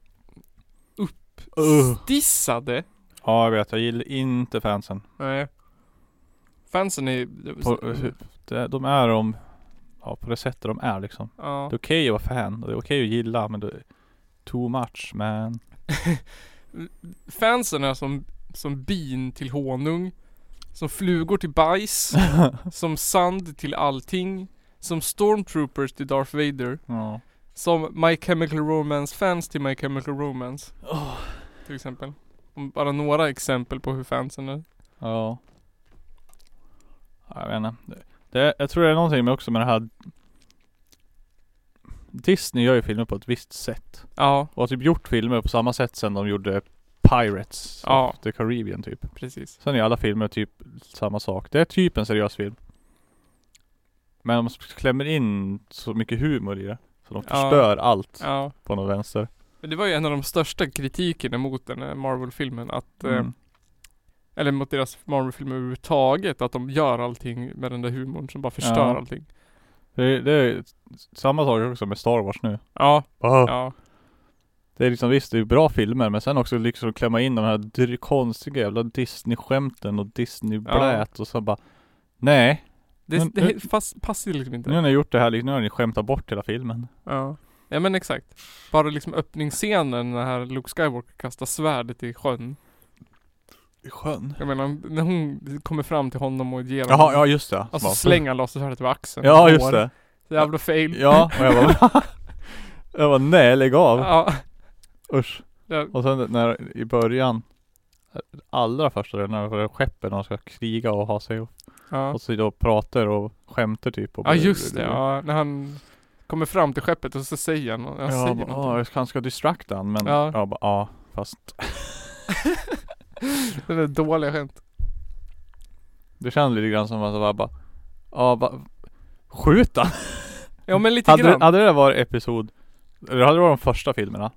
uppstissade. Uh. Ja, jag vet. Jag gillar inte fansen. Nej. Fansen är... På, de är de... Ja, på det sättet de är liksom. Ja. Det är okej att vara fan. Det är okej att gilla, men det är too much, man. Fansen är som, som bin till honung. Som flugor till bajs. Som sand till allting. Som stormtroopers till Darth Vader. Ja. Som My Chemical Romance fans till My Chemical Romance. Oh. Till exempel. Om bara några exempel på hur fansen är. Ja. Jag vet inte. Det, jag tror det är någonting med också med det här. Disney gör ju filmer på ett visst sätt. Ja. Och har typ gjort filmer på samma sätt sen de gjorde Pirates ja. of the Caribbean typ. Precis. Sen är alla filmer typ samma sak. Det är typ en seriös film. Men de klämmer in så mycket humor i det. Så de förstör ja. allt ja. på något vänster. Men det var ju en av de största kritikerna mot den här Marvel-filmen. Att, mm. eh, eller mot deras Marvel-filmer överhuvudtaget. Att de gör allting med den där humorn som bara förstör ja. allting. Det, det är samma sak också med Star Wars nu. Ja. Oh. ja. Det är liksom visst, det är bra filmer. Men sen också liksom klämma in de här dyr, konstiga jävla Disney-skämten och Disney-blät. Ja. Och så bara, nej. Det, men, det nu, fast, passar liksom inte. Nu har ni gjort det här, nu har ni skämtat bort hela filmen. Ja. Ja men exakt. Bara liksom öppningsscenen när här Luke Skywalker kastar svärdet i sjön. I sjön? Jag menar, när hon kommer fram till honom och ger honom. Jaha, ja just det. Alltså slänger lasersvärdet över axeln. Ja, just det. Jävla fail. Ja, och jag bara jag var nej, lägg av. Ja. Usch. Ja. Och sen när i början allra första när det var skeppen och ska kriga och ha sig och, ja. och så då pratar och skämtar typ. Och ja, just det. Ja, när han kommer fram till skeppet och så säger han. Jag ja, säger bara, ja, jag kanske ska distracta han, men ja. jag bara, ja, fast det är dåliga skämt. Det känns lite grann som att jag bara, ja, bara skjuta. Ja, men lite hade, grann. Hade det varit episod, eller hade det varit de första filmerna,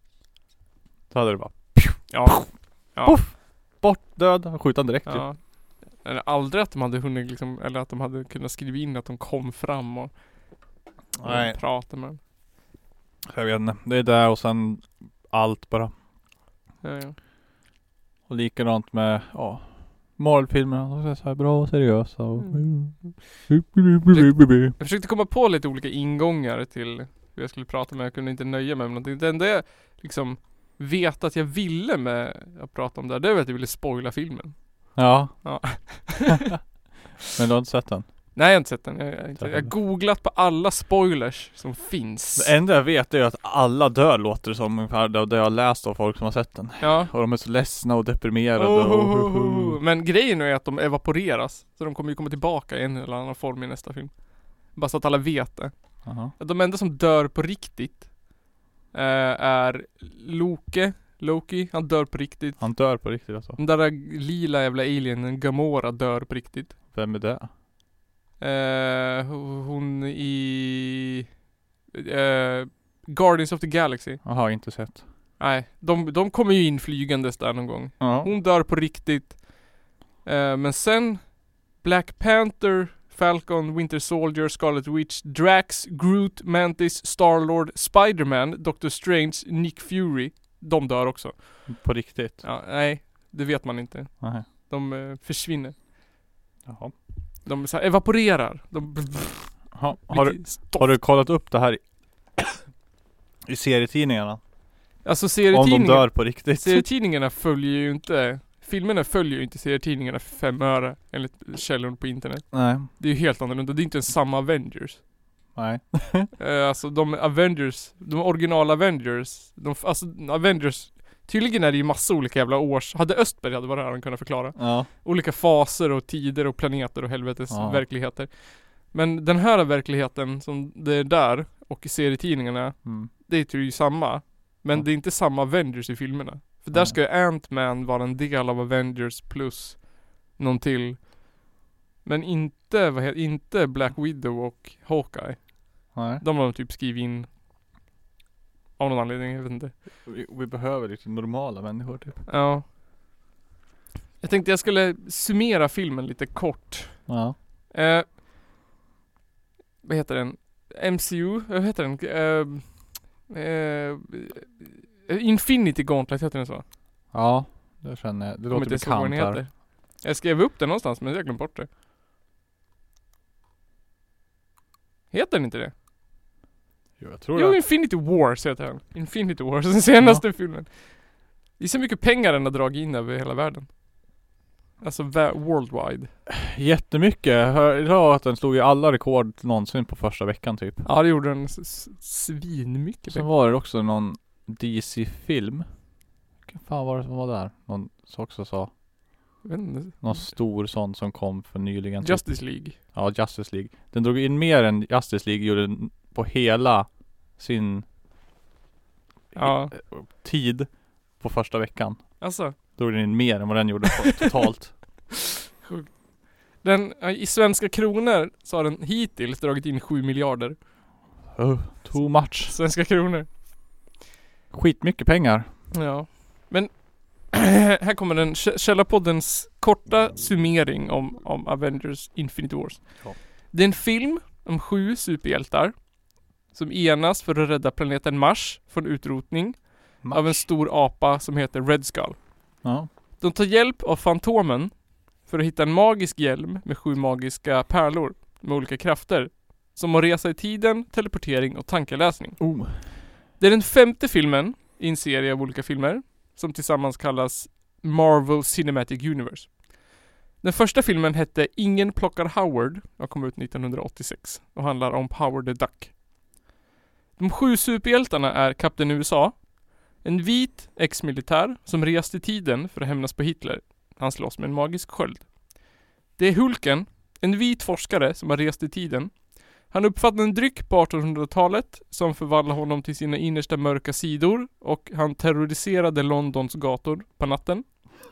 så hade det bara ja. ja. Puff, bort, död, skjuta direkt ja. typ. Eller aldrig att de hade hunnit liksom, eller att de hade kunnat skriva in att de kom fram och, och Nej. prata med dem. Jag vet inte, det är där och sen allt bara. Ja, ja. Och likadant med, ja, Marvel-filmerna, de är så här bra och seriösa och mm. Jag försökte komma på lite olika ingångar till hur jag skulle prata med, jag kunde inte nöja mig med någonting. Det enda jag liksom vet att jag ville med att prata om det här, det var att jag ville spoila filmen. Ja. ja. Men du har inte sett den? Nej, jag har inte sett den. Jag, jag, inte, jag har googlat på alla spoilers som finns. Det enda jag vet är att alla dör, låter det som ungefär. Det jag har läst av folk som har sett den. Ja. Och de är så ledsna och deprimerade. Oh, och, oh, oh, oh. Men grejen är att de evaporeras. Så de kommer ju komma tillbaka i en eller annan form i nästa film. Bara så att alla vet det. Uh-huh. De enda som dör på riktigt eh, är Loke. Loki, han dör på riktigt. Han dör på riktigt alltså. Den där lila jävla alienen Gamora dör på riktigt. Vem är det? Eh, hon i eh, Guardians of the Galaxy. Jaha, inte sett. Nej, de, de kommer ju in flygandes där någon gång. Ja. Hon dör på riktigt. Eh, men sen Black Panther, Falcon, Winter Soldier, Scarlet Witch, Drax, Groot, Mantis, Star-Lord, Spider-Man, Doctor Strange, Nick Fury. De dör också. På riktigt? Ja, nej, det vet man inte. Nej. De eh, försvinner. Jaha. De så här, evaporerar. De ha, har, du, har du kollat upp det här i, i serietidningarna? Alltså serietidningarna, om de dör på riktigt. Serietidningarna följer ju inte, filmerna följer ju inte serietidningarna för fem öre enligt källor på internet. Nej. Det är ju helt annorlunda. Det är inte ens samma Avengers. Nej. uh, alltså de Avengers, de originala Avengers, de, alltså Avengers, tydligen är det ju massa olika jävla års. Hade Östberg hade varit här han kunnat förklara. Ja. Olika faser och tider och planeter och helvetes ja. verkligheter. Men den här verkligheten som det är där och i serietidningarna, mm. det är ju samma. Men ja. det är inte samma Avengers i filmerna. För där Ja. ska ju Ant-Man vara en del av Avengers plus någon till. Men inte, vad heter, inte Black Widow och Hawkeye. Nej. De har de typ skrivit in av någon anledning, jag vet inte. Vi, vi behöver lite normala människor typ. Ja. Jag tänkte jag skulle summera filmen lite kort. Ja. Eh, vad heter den? M C U? Vad heter den? Eh, eh, Infinity Gauntlet heter den så? Ja, det känner jag. Det Kommer låter inte ihåg vad den bekant här. heter. Jag skrev upp den någonstans men jag har glömt bort det. Heter den inte det? Jo, jag tror Jo, det. Infinity Wars heter den. Infinity Wars, den senaste filmen. Det är så mycket pengar den har dragit in över hela världen. Alltså vä- worldwide. Jättemycket. Jag hörde att den slog ju alla rekord någonsin på första veckan typ. Ja, det gjorde den s- s- svinmycket Sen pengar. var det också någon D C-film. Vilken fan var det som var där? Någon som också sa. Jag vet inte. Någon stor sån som kom för nyligen. typ. Justice League. Ja, Justice League. Den drog in mer än Justice League gjorde den på hela sin Ja. tid på första veckan. Alltså. Drog den in mer än vad den gjorde på, totalt. Den, ja, i svenska kronor så har den hittills dragit in sju miljarder. Oh, too much. Svenska kronor. Skitmycket pengar. Ja. Men här kommer den K- Källarpoddens korta summering om, om Avengers Infinity Wars. Ja. Det är en film om sju superhjältar som enas för att rädda planeten Mars från utrotning av en stor apa som heter Red Skull. Ja. De tar hjälp av Fantomen för att hitta en magisk hjälm med sju magiska pärlor med olika krafter som att resa i tiden, teleportering och tankeläsning. Oh. Det är den femte filmen i en serie av olika filmer som tillsammans kallas Marvel Cinematic Universe. Den första filmen hette Ingen plockar Howard och kom ut nittonhundraåttiosex och handlar om Howard the Duck. De sju superhjältarna är Kapten U S A, en vit ex-militär som reste i tiden för att hämnas på Hitler. Han slåss med en magisk sköld. Det är Hulken, en vit forskare som har rest i tiden. Han uppfattade en dryck på artonhundratalet som förvandlade honom till sina innersta mörka sidor och han terroriserade Londons gator på natten.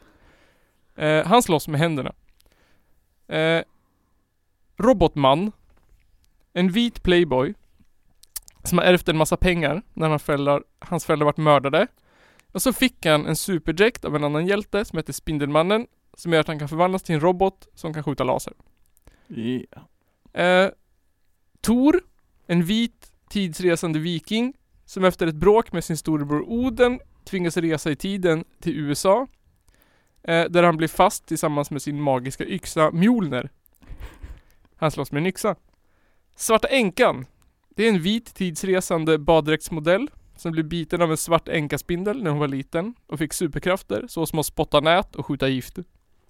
Eh, han slåss med händerna. Eh, Robotman, en vit playboy som har ärvt en massa pengar när han föräldrar, hans föräldrar varit mördade. Och så fick han en superdräkt av en annan hjälte som heter Spindelmannen som gör att han kan förvandlas till en robot som kan skjuta laser. Yeah. Eh, Thor, en vit tidsresande viking som efter ett bråk med sin storebror Oden tvingas resa i tiden till U S A eh, där han blir fast tillsammans med sin magiska yxa Mjolnir. Han slåss med en yxa. Svarta änkan, det är en vit tidsresande baddräktsmodell som blev biten av en svart änkaspindel när hon var liten och fick superkrafter så som att spotta nät och skjuta gift.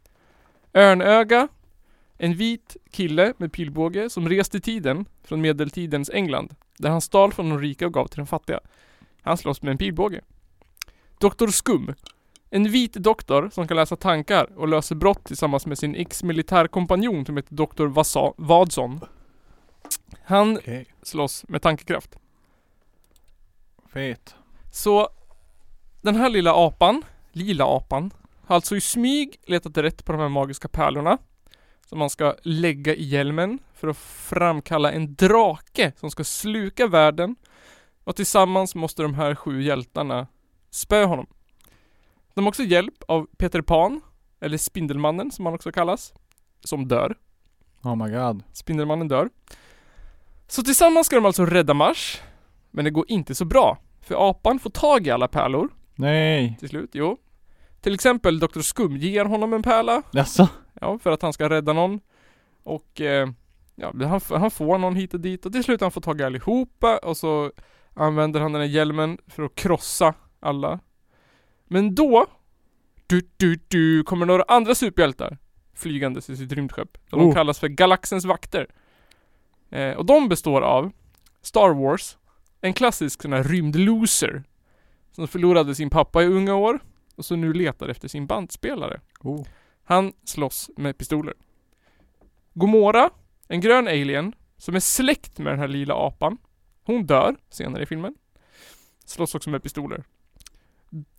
Örnöga, en vit kille med pilbåge som reste i tiden från medeltidens England där han stal från de rika och gav till de fattiga. Han slåss med en pilbåge. doktor Skum, en vit doktor som kan läsa tankar och löser brott tillsammans med sin ex-militärkompanjon som heter doktor Vasa- Vadson. Han Okej. slåss med tankekraft. Fet. Så den här lilla apan, lila apan, har alltså i smyg letat rätt på de här magiska pärlorna som man ska lägga i hjälmen för att framkalla en drake som ska sluka världen och tillsammans måste de här sju hjältarna spö honom. De har också hjälp av Peter Pan, eller Spindelmannen som han också kallas, som dör. Oh my god. Spindelmannen dör. Så tillsammans ska de alltså rädda Mars, men det går inte så bra. För apan får tag i alla pärlor Nej. till slut, jo. Till exempel doktor Skum ger honom en pärla. Jaså? Ja, för att han ska rädda någon. Och eh, ja, han, han får någon hit och dit. Och till slut han får tag i allihopa. Och så använder han den här hjälmen för att krossa alla. Men då du, du, du, kommer några andra superhjältar flygandes i sitt rymdskepp. Och de Oh. kallas för Galaxens vakter. Eh, och de består av Star Wars, en klassisk sån här rymdloser som förlorade sin pappa i unga år och så nu letar efter sin bandspelare. Oh. Han slåss med pistoler. Gamora, en grön alien som är släkt med den här lila apan. Hon dör senare i filmen. Slåss också med pistoler.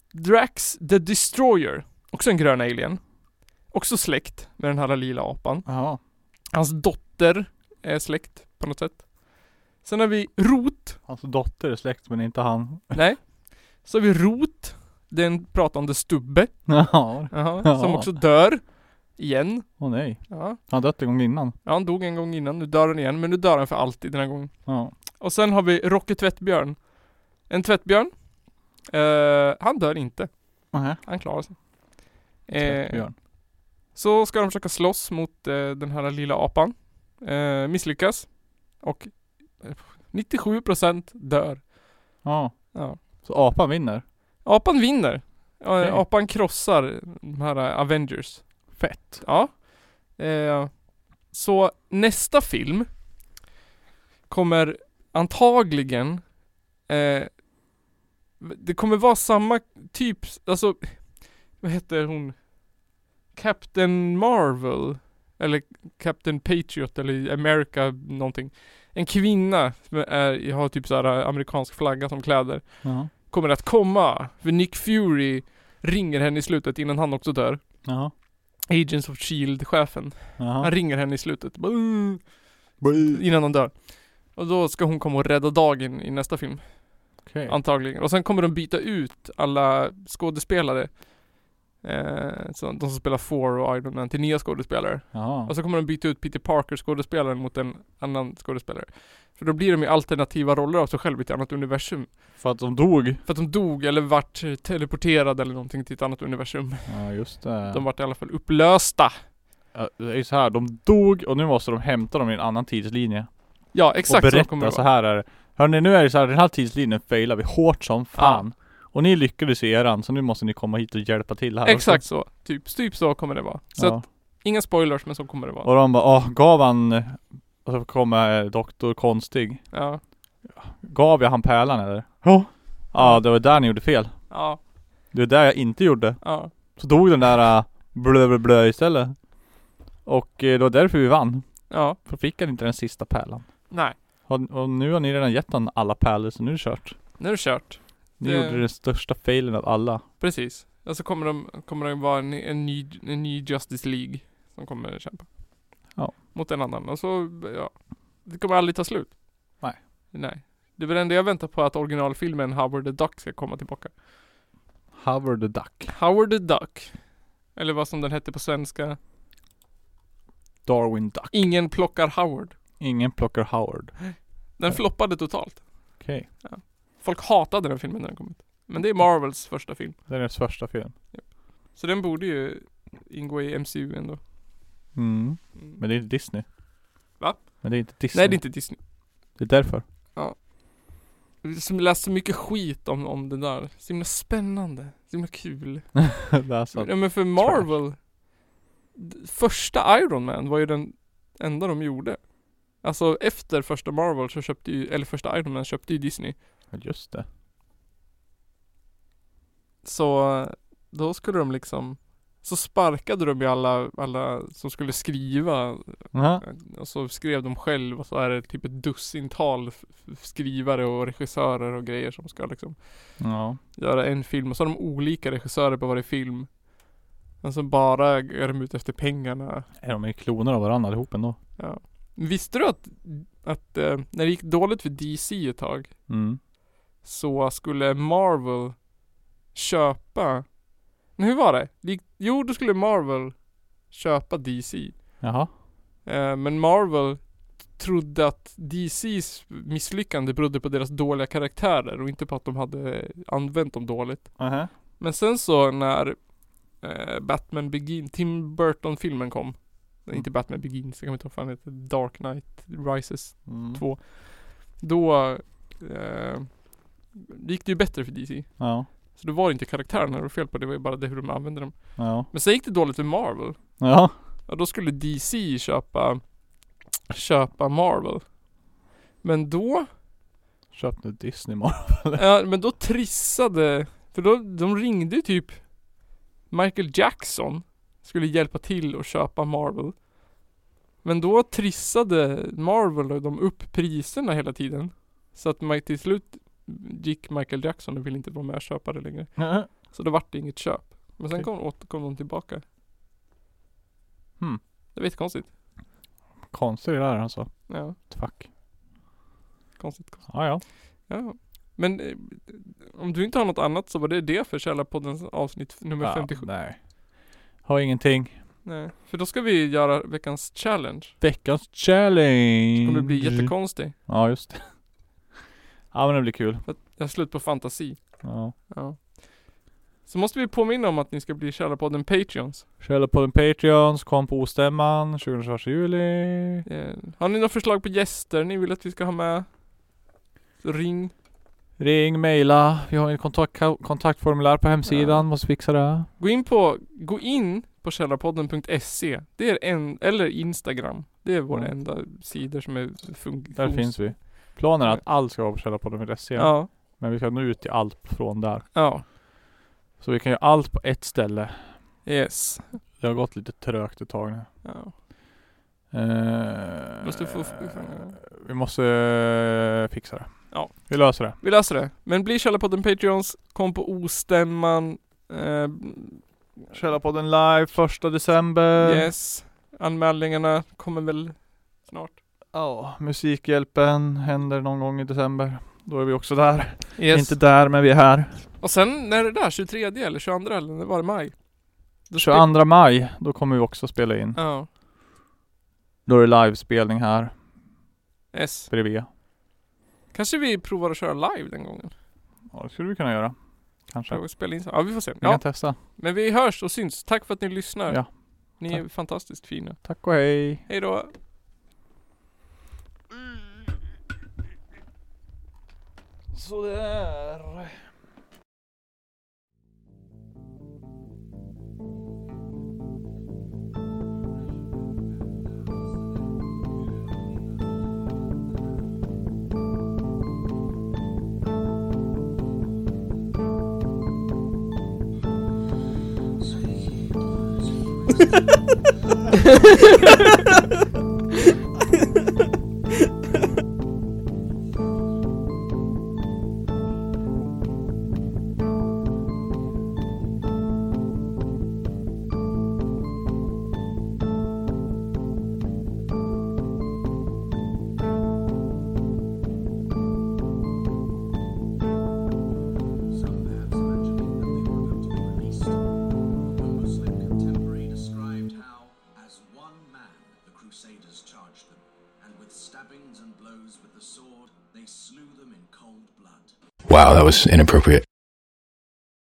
Drax the Destroyer. Också en grön alien. Också släkt med den här lila apan. Jaha. Hans dotter är släkt på något sätt. Sen har vi Rot. Hans dotter är släkt men inte han. Nej. Så har vi Rot. Den pratande stubbe. Jaha. Jaha, Ja. som också dör. Igen. Åh oh, nej. Ja. Han har dött en gång innan. Ja, han dog en gång innan. Nu dör han igen. Men nu dör han för alltid den här gången. Ja. Och sen har vi Rocky Tvättbjörn. En tvättbjörn. Uh, han dör inte. Uh-huh. Han klarar sig. Tvättbjörn. Eh, så ska de försöka slåss mot eh, den här lilla apan. Eh, misslyckas. Och eh, nittiosju procent dör. Ja. Ja. Så apan vinner. Apan vinner. Ja, Okej. apan krossar de här eh, Avengers. Fett. Ja. Eh, så nästa film kommer antagligen eh, det kommer vara samma typ, alltså vad heter hon? Captain Marvel eller Captain Patriot eller America någonting. En kvinna som är, har typ så här amerikansk flagga som kläder. Ja. Kommer att komma. För Nick Fury ringer henne i slutet innan han också dör. Ja. Agents of Shield-chefen. Ja. Han ringer henne i slutet. Innan han dör. Och då ska hon komma och rädda dagen i nästa film. Okej. Antagligen. Och sen kommer de byta ut alla skådespelare. Eh, så de som spelar Thor och Iron Man till nya skådespelare. Ja. Och så kommer de byta ut Peter Parker skådespelaren mot en annan skådespelare. För då blir de i alternativa roller av sig själv i ett annat universum. För att de dog. För att de dog eller vart teleporterade eller någonting till ett annat universum. Ja just det. De vart i alla fall upplösta. Ja, det är ju så här, de dog och nu måste de hämta dem i en annan tidslinje. Ja, exakt och så berätta kommer det så vara. här är det. Hörrni, nu är det så här, den här tidslinjen failar vi hårt som fan. Och ni lyckades i eran, så nu måste ni komma hit och hjälpa till här. Exakt så. Typ, typ så kommer det vara. Så Ja. att, inga spoilers, men så kommer det vara. Och de bara, åh, gav han, och så kommer doktor Konstig. Ja. Gav jag han pärlan eller? Ja. Ja, det var där ni gjorde fel. Ja. Det är där jag inte gjorde. Ja. Så dog den där uh, blö blö blö istället. Och uh, det var därför vi vann. Ja. För fick han inte den sista pärlan. Nej. Och, och nu har ni redan gett han alla pärlor, så nu är det kört. Nu är det kört. Ni Det- gjorde den största failen av alla. Precis. Och så kommer de, kommer det vara en, en, ny, en ny Justice League som kommer kämpa. Ja. Mot en annan. Och så, ja. Det kommer aldrig ta slut. Nej. Nej. Det är väl ändå jag väntar på att originalfilmen Howard the Duck ska komma tillbaka. Howard the Duck. Howard the Duck. Eller vad som den hette på svenska. Darwin Duck. Ingen plockar Howard. Ingen plockar Howard. Den Ja. floppade totalt. Okej. Folk hatade den filmen när den kom ut. Men det är Marvels första film. Det är deras första film. Så den borde ju ingå i M C U ändå. Mm. Mm. Men det är inte Disney. Va? Men det är inte Disney. Nej, det är inte Disney. Det är därför. Som läst så mycket skit om, om det där. Så himla spännande. Så himla kul. Det är så. Ja, men för Marvel, d- första Iron Man var ju den enda de gjorde. Alltså efter första Marvel så köpte ju, eller första Iron Man köpte ju Disney. Ja, just det. Så då skulle de liksom, så sparkade de ju alla, alla som skulle skriva. Aha. Och så skrev de själv och så är det typ ett dussintal f- f- skrivare och regissörer och grejer som ska liksom Ja. göra en film. Och så har de olika regissörer på varje film. Men så bara är de ute efter pengarna. Är de är kloner av varandra allihop ändå? Ja. Visste du att, att eh, när det gick dåligt för D C ett tag Mm. så skulle Marvel köpa, men hur var det? det gick, jo, då skulle Marvel köpa D C. Jaha. Eh, men Marvel trodde att D C:s misslyckande berodde på deras dåliga karaktärer och inte på att de hade använt dem dåligt. Aha. Men sen så när eh, Batman Begins, Tim Burton-filmen kom, Mm. inte Batman Begins, jag kan inte ihåg vad fan det heter, Dark Knight Rises Mm. två. Då eh, gick det ju bättre för D C. Ja. Så det var inte karaktärerna det var fel på, det var ju bara det hur de använde dem. Ja. Men sen gick det dåligt för Marvel. Ja. Ja, då skulle D C köpa köpa Marvel. Men då Köpte Disney Marvel. ja, men då trissade, för då de ringde ju typ Michael Jackson skulle hjälpa till att köpa Marvel. Men då trissade Marvel och de upp priserna hela tiden. Så att Mike till slut gick Michael Jackson och ville inte vara med och köpa det längre. Så då vart det inget köp. Men sen Okej. kom, återkom de tillbaka. Hmm. Det vet konstigt. Konstigt det där alltså. Ja, Fuck. konstigt. konstigt. Ja, ja. Ja. Men eh, om du inte har något annat så var det det för Källarpoddens avsnitt nummer ja femtiosju. nej. Har ingenting. Nej. För då ska vi göra veckans challenge. Veckans challenge. Det kommer bli jättekonstigt. Ja, just det. Ja, men det blir kul. För att jag har slut på fantasi. Ja. Ja. Så måste vi påminna om att ni ska bli Källarpodden Patreons. Källa på den Patreons, kom på ostämman tjugoförsta juli. Eh, har ni några förslag på gäster ni vill att vi ska ha med? Så ring. Ring, mejla. Vi har en kontakt, kontaktformulär på hemsidan. Ja. Måste fixa det. Gå in på, gå in på källarpodden punkt se. Det är en, eller Instagram. Det är våra Mm. enda sidor som är funktions... Där finns vi. Planen är att allt ska vara på källarpodden punkt se. Ja. Men vi ska nå ut till allt från där. Ja. Så vi kan göra allt på ett ställe. Yes. Det har gått lite trögt ett tag nu. Ja. Eh, Måste få- vi måste eh, fixa det. Ja. Vi löser det. Vi löser det. Men bli Källarpodden Patreons. Kom på ostämman. Eh, Källarpodden live första december. yes. Anmälningarna kommer väl snart. Ja, Musikhjälpen händer någon gång i december. Då är vi också där. Yes. Inte där, men vi är här. Och sen när är det där? tjugotredje eller tjugoandra eller när var det maj? Då spe- tjugoandra maj, då kommer vi också spela in. Ja. Då är det livespelning här Yes. bredvid. Kanske vi provar att köra live den gången. Ja, det skulle vi kunna göra. Kanske. Ja, spela in så. Ja, vi får se. Vi Ja, kan testa. men vi hörs och syns. Tack för att ni lyssnar. Ja. Ni är fantastiskt fina. Tack och hej. Hej då. Sådär. Some maps mentioning that they were about to be released. One Muslim contemporary described how, as one man, the Crusaders charged them, and with stabbings and blows with the sword, they slew them in cold blood. Wow, that was inappropriate.